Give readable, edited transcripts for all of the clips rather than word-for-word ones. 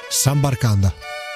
Sambarcanda.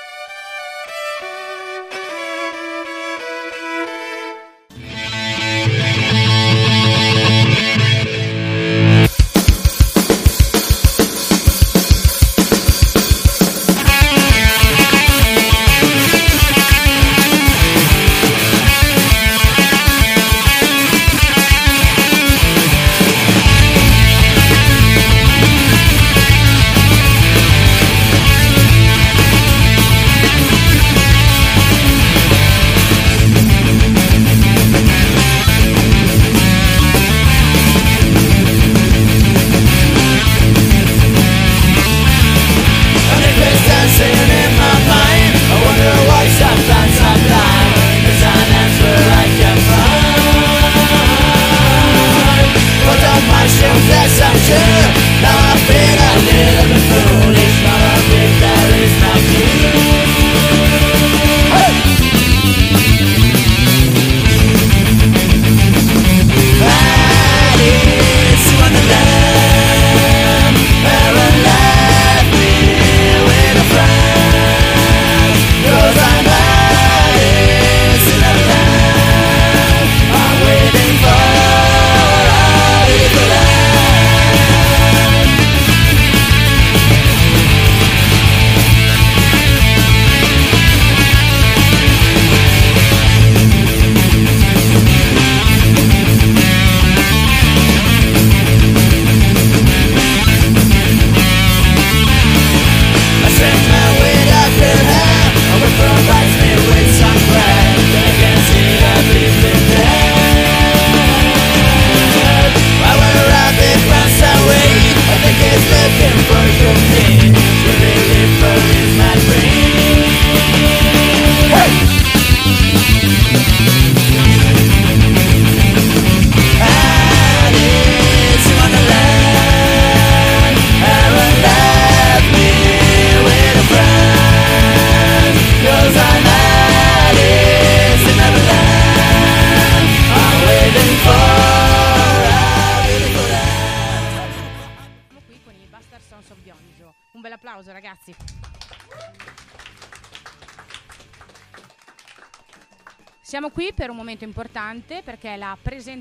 Siamo qui per un momento importante perché è la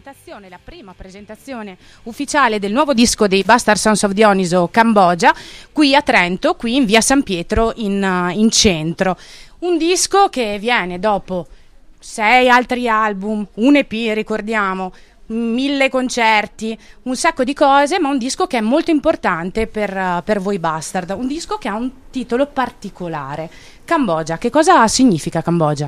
prima presentazione ufficiale del nuovo disco dei Bastard Sons of Dioniso, Cambogia, qui a Trento, qui in via San Pietro in centro. Un disco che viene dopo 6 altri album, un EP, ricordiamo, 1000 concerti, un sacco di cose, ma un disco che è molto importante per voi Bastard, un disco che ha un titolo particolare. Cambogia, che cosa significa Cambogia?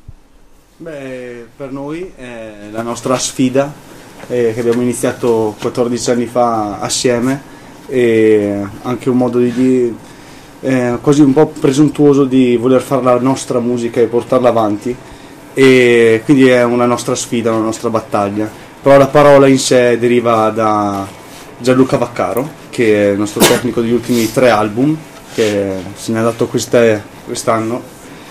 Beh, per noi è la nostra sfida che abbiamo iniziato 14 anni fa assieme, e anche un modo di quasi un po' presuntuoso di voler fare la nostra musica e portarla avanti, e quindi è una nostra sfida, una nostra battaglia. Però la parola in sé deriva da Gianluca Vaccaro, che è il nostro tecnico degli ultimi 3 album, che se ne è dato quest'anno.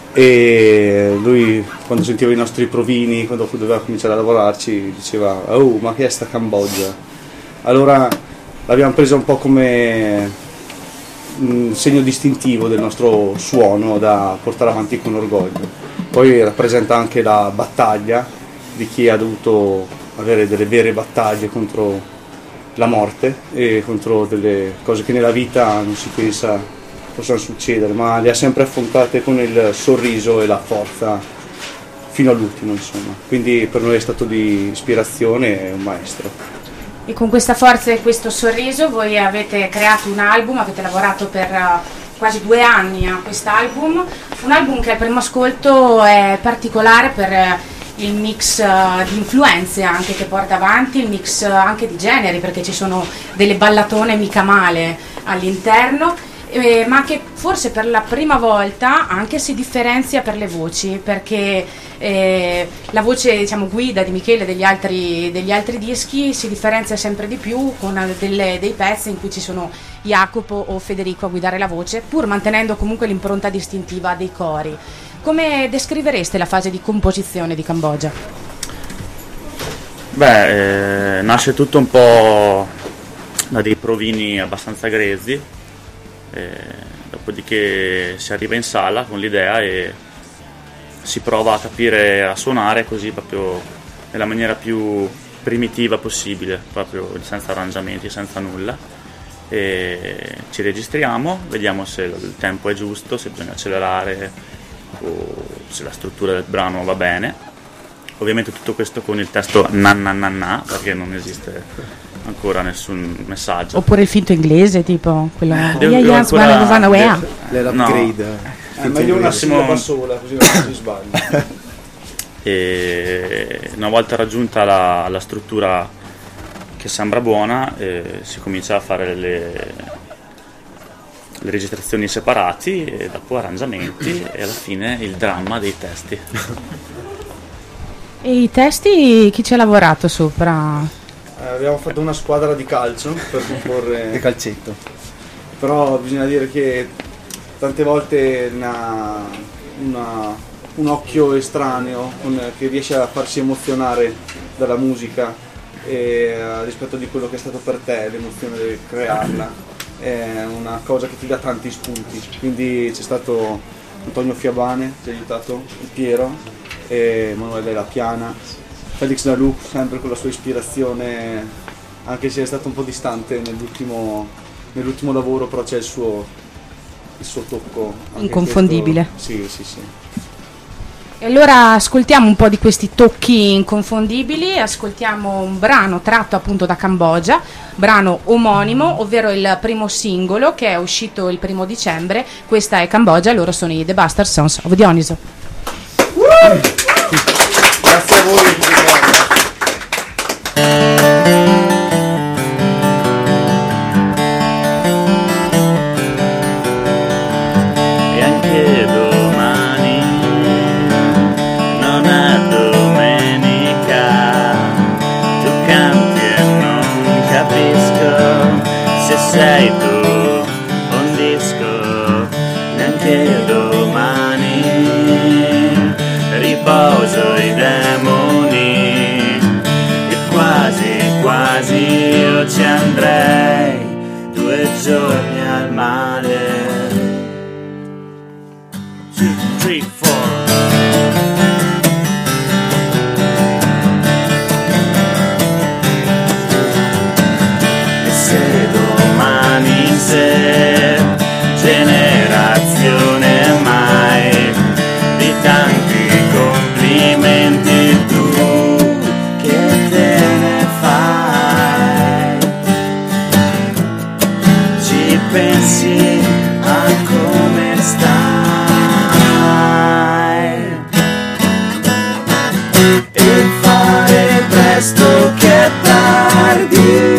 E lui, quando sentiva i nostri provini, quando doveva cominciare a lavorarci, diceva: "Oh, ma che è sta Cambogia?" Allora l'abbiamo presa un po' come un segno distintivo del nostro suono da portare avanti con orgoglio. Poi rappresenta anche la battaglia di chi ha dovuto avere delle vere battaglie contro la morte e contro delle cose che nella vita non si pensa possano succedere, ma le ha sempre affrontate con il sorriso e la forza fino all'ultimo, insomma. Quindi per noi è stato di ispirazione e un maestro. E con questa forza e questo sorriso voi avete creato un album, avete lavorato per quasi 2 anni a quest'album, un album che al primo ascolto è particolare per il mix di influenze anche che porta avanti, il mix anche di generi, perché ci sono delle ballatone mica male all'interno, ma che forse per la prima volta anche si differenzia per le voci, perché la voce, diciamo, guida di Michele e degli altri dischi si differenzia sempre di più con dei pezzi in cui ci sono Jacopo o Federico a guidare la voce, pur mantenendo comunque l'impronta distintiva dei cori. Come descrivereste la fase di composizione di Cambogia? Beh, nasce tutto un po' da dei provini abbastanza grezzi, dopodiché si arriva in sala con l'idea e si prova a capire, a suonare così proprio nella maniera più primitiva possibile, proprio senza arrangiamenti, senza nulla, e ci registriamo, vediamo se il tempo è giusto, se bisogna accelerare o se la struttura del brano va bene. Ovviamente tutto questo con il testo na na na na, perché non esiste ancora nessun messaggio. Oppure il finto inglese, tipo quello l'upgrade. È meglio una sillaba sola, così non si sbaglia. E una volta raggiunta la struttura che sembra buona, si comincia a fare le registrazioni separati e dopo arrangiamenti e alla fine il dramma dei testi. E i testi chi ci ha lavorato sopra? Abbiamo fatto una squadra di calcio per comporre di calcetto, però bisogna dire che tante volte un occhio estraneo che riesce a farsi emozionare dalla musica rispetto di quello che è stato per te, l'emozione di crearla, è una cosa che ti dà tanti spunti. Quindi c'è stato Antonio Fiabane, ci ha aiutato, il Piero, Emanuele La Piana, Felix Daluc, sempre con la sua ispirazione, anche se è stato un po' distante nell'ultimo lavoro, però c'è il suo tocco inconfondibile. Sì, sì, sì. E allora ascoltiamo un po' di questi tocchi inconfondibili, ascoltiamo un brano tratto appunto da Cambogia, brano omonimo, ovvero il primo singolo che è uscito il 1° dicembre. Questa è Cambogia, loro sono i The Bastard Sons of Dioniso. Grazie a voi. E anche domani non è domenica, tu canti e non capisco se sei tu un disco. Neanche domani riposo i demoni e quasi quasi io ci andrei 2 giorni al mare. 2, 3, 4. E se domani se generazione mai di tanti complimenti tu che te ne fai, ci pensi a come stai e fare presto che è tardi.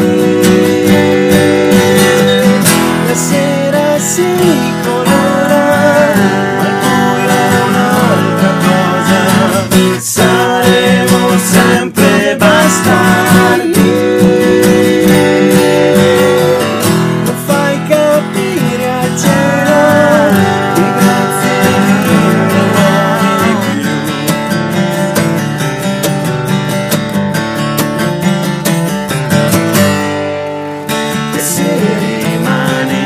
La sera si colora, ma il buio è un'altra cosa. Saremo sempre bastardi. Lo fai capire a cielo, di grazie di non vuoi più. E se rimani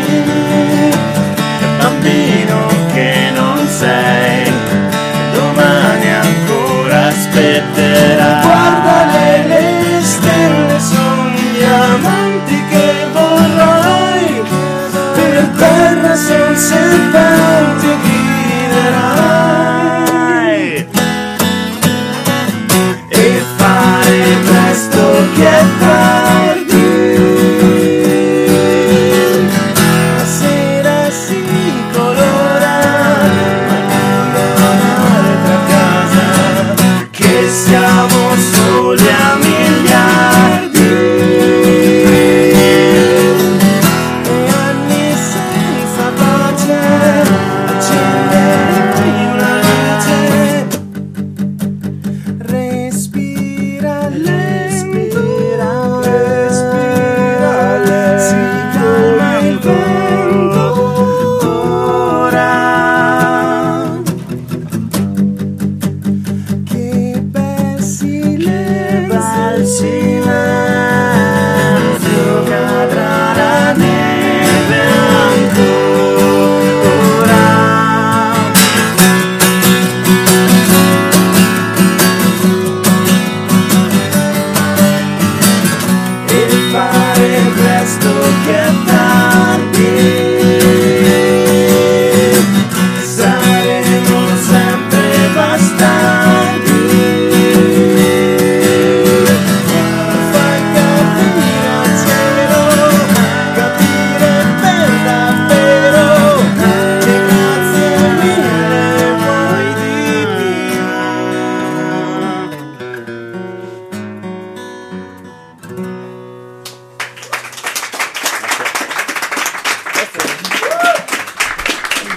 bambino che non sei, domani ancora aspetterai. Guarda le stelle sono diamanti che vorrai, per terra son serpenti griderai. E fare presto che è tardi. La sera si colora, ma il mondo è un'altra casa, che siamo soli a miliardi. E anni senza pace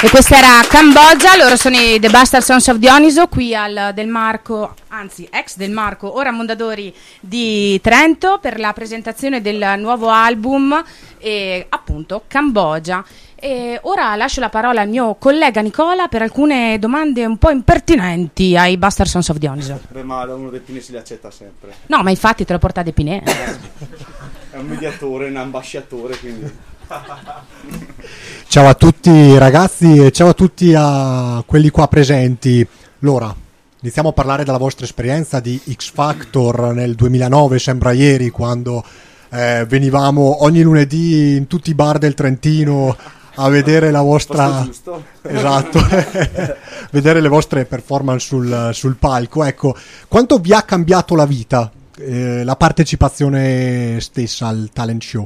E questa era Cambogia, loro sono i The Bastard Sons of Dioniso, qui al Del Marco, anzi ex Del Marco, ora Mondadori di Trento, per la presentazione del nuovo album, appunto Cambogia. E ora lascio la parola al mio collega Nicola per alcune domande un po' impertinenti ai Bastard Sons of Dioniso. Beh, ma uno dei Pinè si li accetta sempre. No, ma infatti te lo porta dei Pinè. È un mediatore, un ambasciatore, quindi... Ciao a tutti ragazzi e ciao a tutti a quelli qua presenti. Allora, iniziamo a parlare della vostra esperienza di X Factor nel 2009, sembra ieri, quando venivamo ogni lunedì in tutti i bar del Trentino a vedere la vostra... Esatto, vedere le vostre performance sul palco. Ecco, quanto vi ha cambiato la vita la partecipazione stessa al talent show?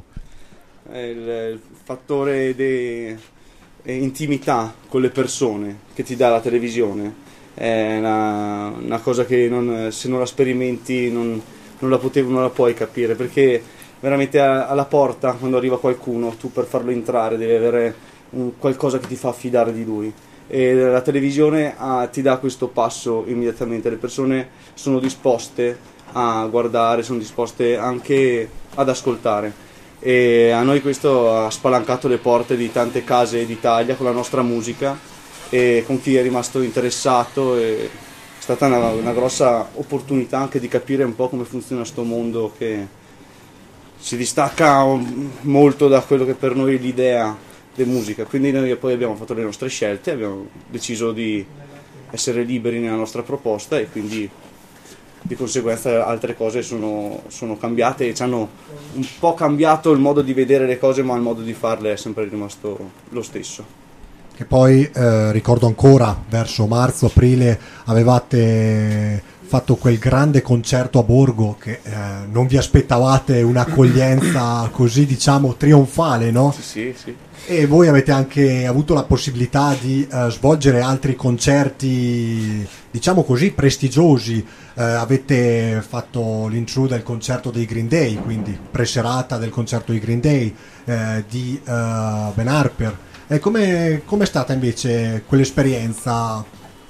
Il fattore di intimità con le persone che ti dà la televisione è una cosa che se non la sperimenti non la puoi capire, perché veramente alla porta, quando arriva qualcuno, tu per farlo entrare devi avere qualcosa che ti fa affidare di lui, e la televisione ti dà questo passo immediatamente. Le persone sono disposte a guardare, sono disposte anche ad ascoltare, e a noi questo ha spalancato le porte di tante case d'Italia con la nostra musica, e con chi è rimasto interessato è stata una grossa opportunità anche di capire un po' come funziona sto mondo, che si distacca molto da quello che per noi è l'idea di musica. Quindi noi poi abbiamo fatto le nostre scelte, abbiamo deciso di essere liberi nella nostra proposta, e quindi di conseguenza altre cose sono cambiate e ci hanno un po' cambiato il modo di vedere le cose, ma il modo di farle è sempre rimasto lo stesso. Che poi ricordo ancora, verso marzo-aprile avevate fatto quel grande concerto a Borgo, che non vi aspettavate un'accoglienza così, diciamo, trionfale, no? Sì. E voi avete anche avuto la possibilità di svolgere altri concerti, diciamo così, prestigiosi. Avete fatto l'intro del concerto dei Green Day, quindi preserata del concerto dei Green Day, di Ben Harper. E com'è stata invece quell'esperienza?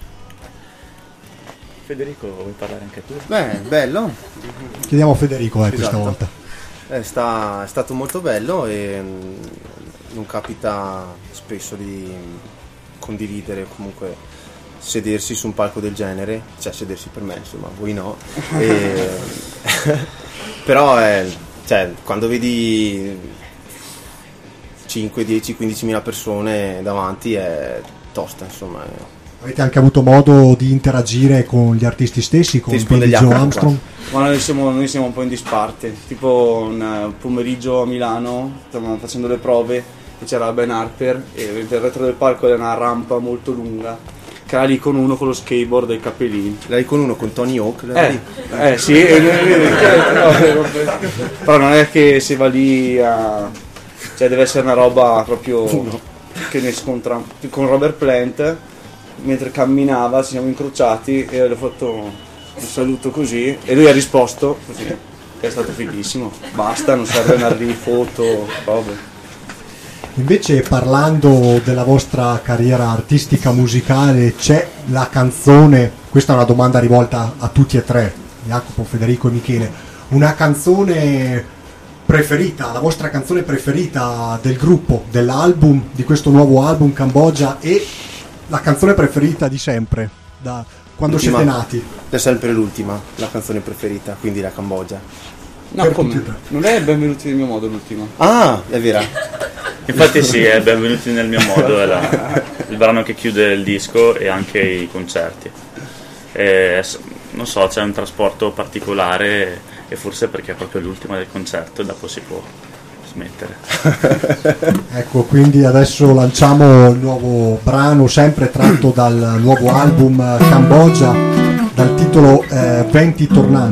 Federico, vuoi parlare anche tu? Beh, bello. Chiediamo a Federico questa Esatto. volta. È stato molto bello, e non capita spesso di condividere, comunque sedersi su un palco del genere, cioè sedersi per me, insomma, voi no. Però quando vedi 5, 10, 15.000 persone davanti è tosta, insomma. Avete anche avuto modo di interagire con gli artisti stessi, con Billie Joe Armstrong? Ma noi siamo un po' in disparte, tipo un pomeriggio a Milano stavamo facendo le prove e c'era Ben Harper, e il retro del palco era una rampa molto lunga, che era lì con uno con lo skateboard e i capellini. Lei con uno con Tony Hawk? Sì, però non è che si va lì cioè deve essere una roba proprio che ne scontra con Robert Plant. Mentre camminava ci siamo incrociati e le ho fatto un saluto così, e lui ha risposto così, che è stato fighissimo. Basta, non serve andare lì, foto, robe. Invece, parlando della vostra carriera artistica musicale, c'è la canzone, questa è una domanda rivolta a tutti e tre, Jacopo, Federico e Michele, una canzone preferita, la vostra canzone preferita del gruppo, dell'album, di questo nuovo album Cambogia, e la canzone preferita di sempre, da quando siete nati? È sempre l'ultima, la canzone preferita, quindi la Cambogia. No, come? Non è Benvenuti nel mio modo l'ultima? Ah, è vera. Infatti sì, è Benvenuti nel mio modo, è il brano che chiude il disco e anche i concerti. Non so, c'è un trasporto particolare, e forse perché è proprio l'ultima del concerto e dopo si può smettere. Ecco, quindi adesso lanciamo il nuovo brano, sempre tratto dal nuovo album Cambogia, dal titolo 20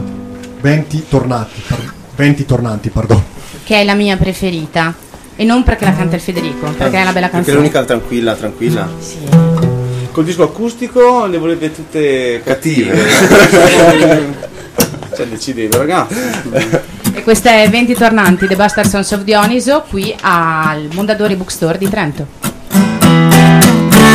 tornanti, perdono. Che è la mia preferita, e non perché la canta il Federico, perché è una bella canzone. Perché è l'unica tranquilla. Sì. Col disco acustico le volete tutte cattive. Cioè decidete, ragazzi. E questa è 20 tornanti, The Bastard Sons of Dioniso, qui al Mondadori Bookstore di Trento.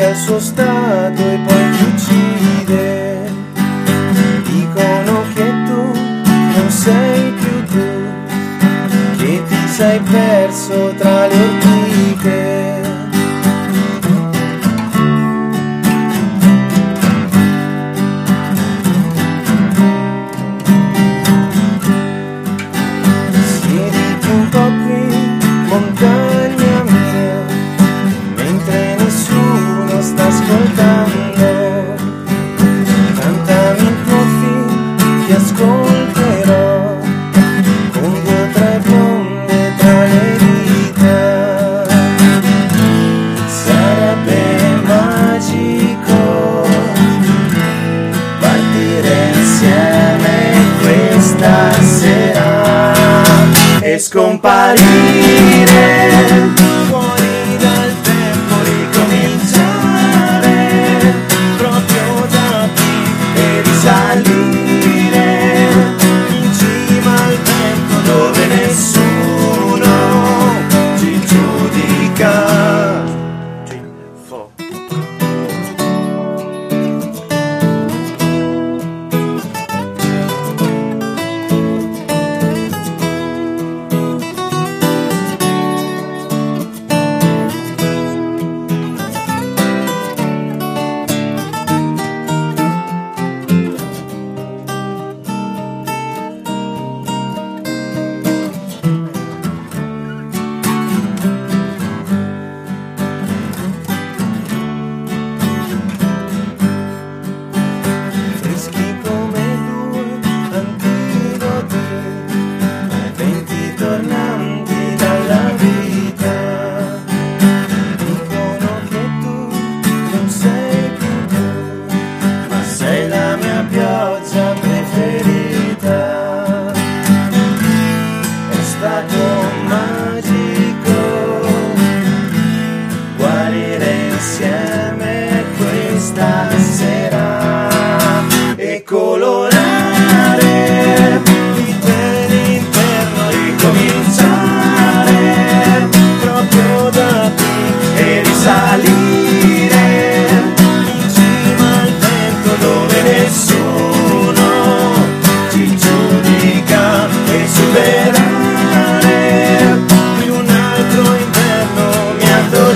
il suo stato e poi ti uccide. Dicono che tu non sei più tu, che ti sei perso tra le ortiche. Siediti un po' qui, montagna mia, mentre nessuno sta ascoltando. Cantami il tuo film, ti ascolterò, con 2 o 3 bionde tra le dita. Sarebbe magico partire insieme questa sera e scomparire fuori dal tempo, ricominciare proprio da qui e risalire in cima al vento dove nessuno ci giudica. Freschi come 2 antidoti, venti tornanti dalla vita. Dicono che tu non sei più tu, ma sei la mia pioggia preferita. È stato magico guarire insieme questa sera e colorare l'intero, ricominciare proprio da qui e risalire in cima al vento dove nessuno ci giudica e superare più un altro inverno mi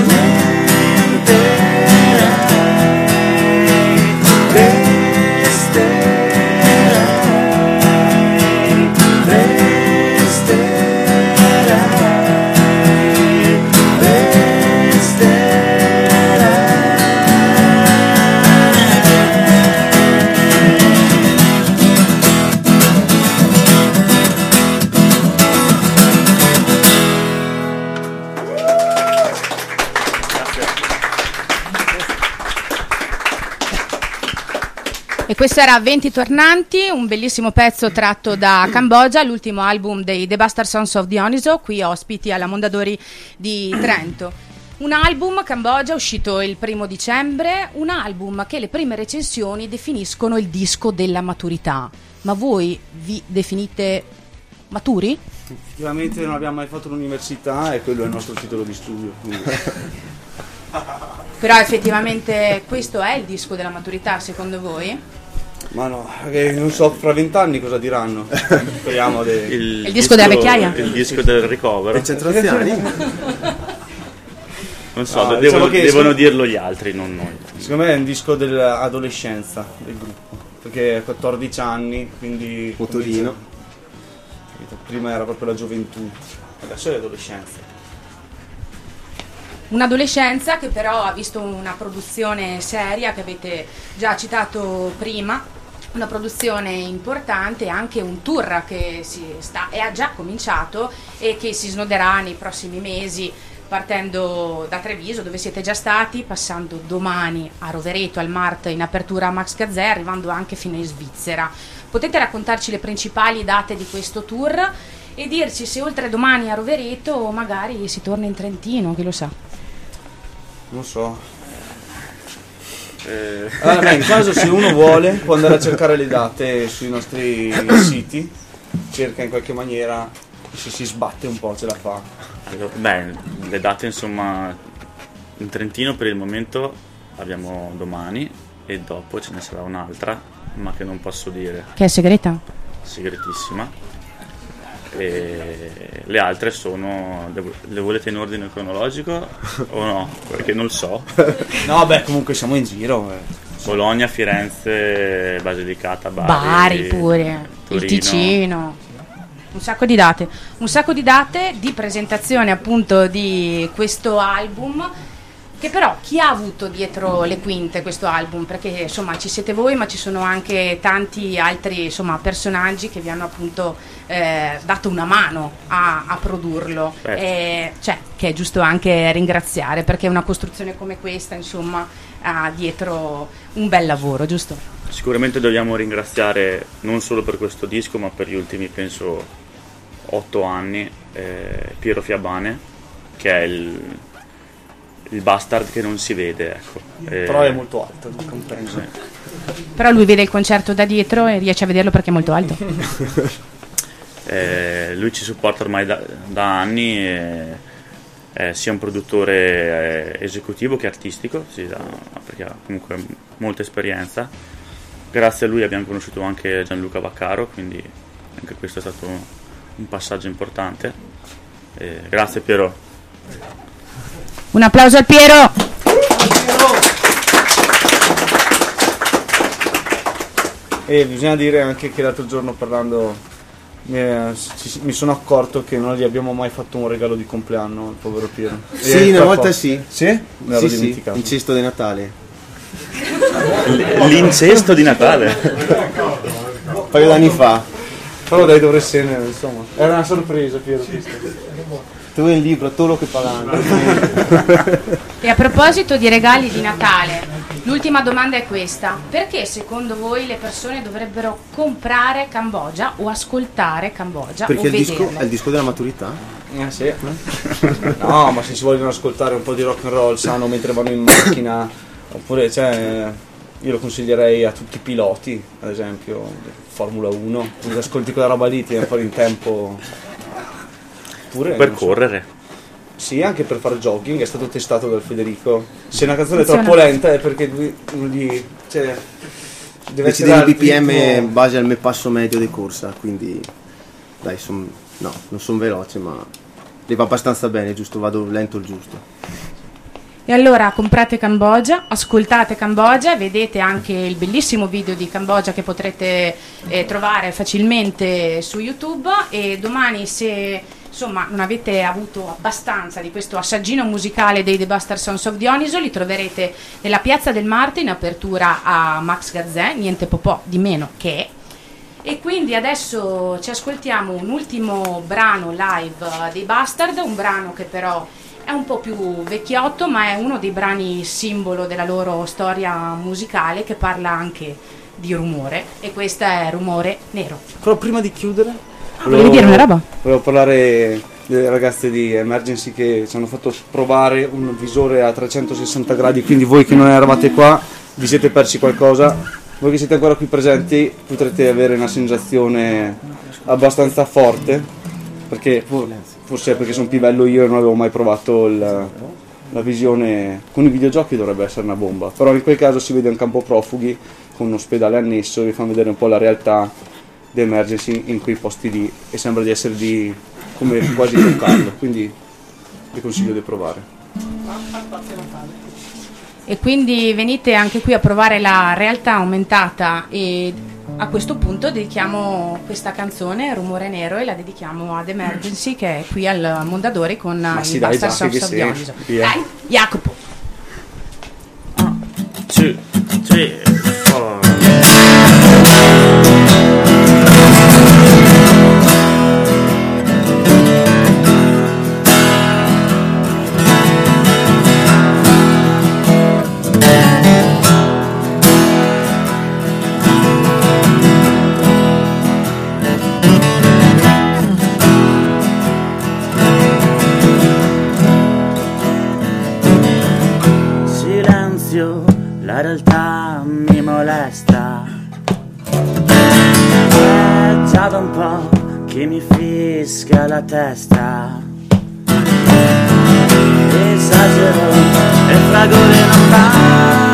E questo era 20 Tornanti, un bellissimo pezzo tratto da Cambogia, l'ultimo album dei The Bastard Sons of Dioniso, qui ospiti alla Mondadori di Trento. Un album, Cambogia, uscito il 1° dicembre, un album che le prime recensioni definiscono il disco della maturità. Ma voi vi definite maturi? Effettivamente non abbiamo mai fatto l'università e quello è il nostro titolo di studio. Però effettivamente questo è il disco della maturità, secondo voi? Ma no, non so, fra 20 anni cosa diranno. Speriamo il disco della vecchiaia? Il disco del ricovero. I centro anziani? Non so, devono dirlo gli altri, non noi. Secondo me è un disco dell'adolescenza del gruppo, perché 14 anni, quindi Motorino. Prima era proprio la gioventù, adesso è l'adolescenza. Un'adolescenza che però ha visto una produzione seria che avete già citato prima, una produzione importante, anche un tour che ha già cominciato e che si snoderà nei prossimi mesi, partendo da Treviso, dove siete già stati, passando domani a Rovereto, al Mart, in apertura a Max Gazzè, arrivando anche fino in Svizzera. Potete raccontarci le principali date di questo tour e dirci se oltre domani a Rovereto magari si torna in Trentino, chi lo sa? Non so. Allora, in caso se uno vuole può andare a cercare le date sui nostri siti, cerca in qualche maniera, se si sbatte un po' ce la fa. Beh, le date insomma in Trentino per il momento abbiamo domani e dopo ce ne sarà un'altra, ma che non posso dire. Che è segreta? Segretissima. E le altre sono, le volete in ordine cronologico o no? Perché non so. No, beh, comunque siamo in giro. Bologna, Firenze, Basilicata, Bari pure, Torino. il Ticino. Un sacco di date di presentazione appunto di questo album, che però chi ha avuto dietro le quinte questo album? Perché insomma ci siete voi, ma ci sono anche tanti altri personaggi che vi hanno appunto dato una mano a produrlo, che è giusto anche ringraziare, perché una costruzione come questa insomma ha dietro un bel lavoro, giusto? Sicuramente dobbiamo ringraziare non solo per questo disco, ma per gli ultimi penso 8 anni Piero Fiabane, che è il bastard che non si vede, ecco. Però è molto alto, non compenso. Però lui vede il concerto da dietro e riesce a vederlo perché è molto alto. Lui ci supporta ormai da anni, sia un produttore esecutivo che artistico, perché ha comunque molta esperienza. Grazie a lui abbiamo conosciuto anche Gianluca Vaccaro, quindi anche questo è stato un passaggio importante. Grazie Piero. Un applauso al Piero. E bisogna dire anche che l'altro giorno parlando mi sono accorto che non gli abbiamo mai fatto un regalo di compleanno al povero Piero. Sì, una volta sì. Sì? Me l'ero dimenticato. Un cesto di Natale. L'incesto di Natale. Un paio d'anni fa. Però dai, dovresti, insomma. Era una sorpresa, Piero. Tu il libro, tu lo che pagando. E a proposito di regali di Natale, l'ultima domanda è questa: perché secondo voi le persone dovrebbero comprare Cambogia o ascoltare Cambogia? Perché o il disco vederla? è il disco della maturità? Sì. No, ma se si vogliono ascoltare un po' di rock and roll sano mentre vanno in macchina, oppure io lo consiglierei a tutti i piloti, ad esempio Formula 1, quando ascolti quella roba lì ti viene fuori in tempo. Oppure, per correre. Sì, anche per fare jogging, è stato testato dal Federico. Se una canzone è troppo lenta è perché lui deve Decidi il BPM in base al mio passo medio di corsa, quindi dai, non sono veloce, ma li va abbastanza bene, giusto, vado lento il giusto. E allora comprate Cambogia, ascoltate Cambogia, vedete anche il bellissimo video di Cambogia che potrete trovare facilmente su YouTube, e domani, se insomma non avete avuto abbastanza di questo assaggino musicale dei The Bastard Sons of Dioniso, li troverete nella Piazza del Marte in apertura a Max Gazzè, niente po' di meno che. E quindi adesso ci ascoltiamo un ultimo brano live dei Bastard, un brano che però è un po' più vecchiotto, ma è uno dei brani simbolo della loro storia musicale, che parla anche di rumore, e questo è Rumore Nero. Però prima di chiudere volevi dire una roba? Volevo parlare delle ragazze di Emergency che ci hanno fatto provare un visore a 360 gradi, quindi voi che non eravate qua vi siete persi qualcosa. Voi che siete ancora qui presenti potrete avere una sensazione abbastanza forte, perché forse è perché sono più bello io e non avevo mai provato la visione. Con i videogiochi dovrebbe essere una bomba, però in quel caso si vede un campo profughi con un ospedale annesso e vi fanno vedere un po' la realtà di Emergency in quei posti lì, e sembra di essere di come quasi toccarlo, quindi vi consiglio di provare. E quindi venite anche qui a provare la realtà aumentata, e a questo punto dedichiamo questa canzone Rumore Nero e la dedichiamo ad Emergency, che è qui al Mondadori con i Bastard Sons of Dioniso. Dai, Jacopo. 2, 3, 4. La realtà mi molesta, è già da un po' che mi fischia la testa. Esagero e fragore non va.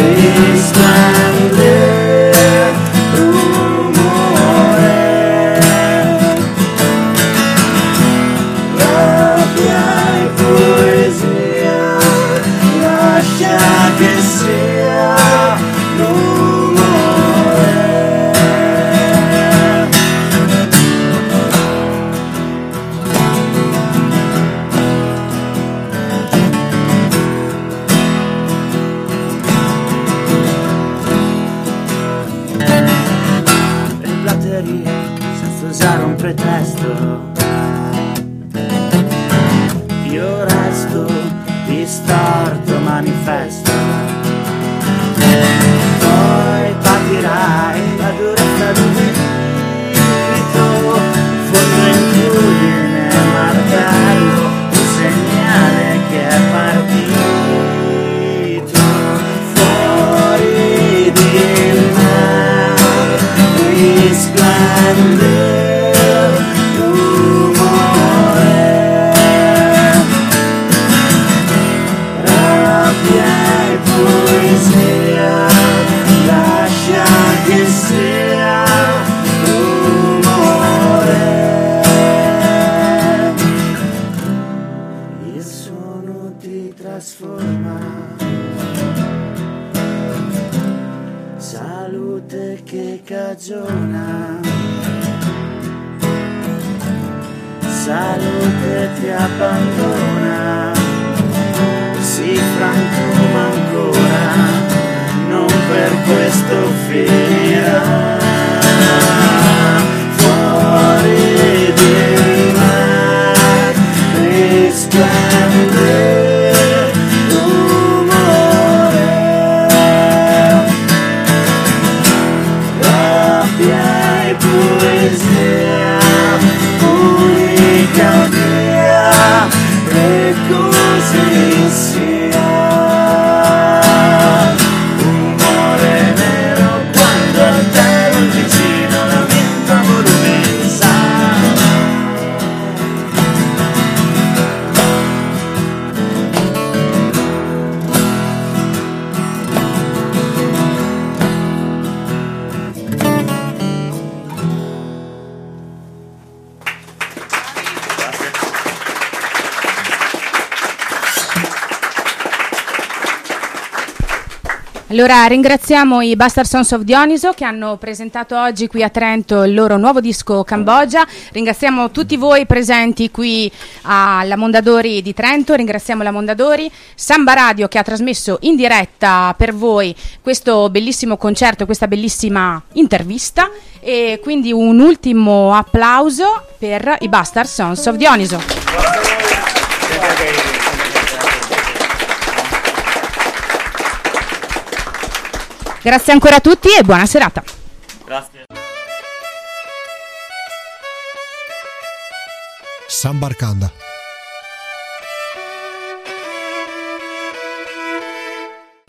senza usare un pretesto. Io resto distorto manifesto, poi patirai la durezza di un vito, fondo incudine martello, un segnale che è partito fuori di me, risplende poesia, lascia che sia rumore. Il suono ti trasforma, salute che cagiona, salute ti abbandona. Si frantuma ancora, non per questo finirà. Fuori di me risplende rumore, rabbia e poesia, unica via, e così sia. Rumore nero quando a te non vicino lamenta volumenza. Allora ringraziamo i Bastard Sons of Dioniso che hanno presentato oggi qui a Trento il loro nuovo disco Cambogia. Ringraziamo tutti voi presenti qui alla Mondadori di Trento, ringraziamo la Mondadori, Samba Radio che ha trasmesso in diretta per voi questo bellissimo concerto, questa bellissima intervista, e quindi un ultimo applauso per i Bastard Sons of Dioniso. Grazie ancora a tutti e buona serata. Grazie. Sambarcanda.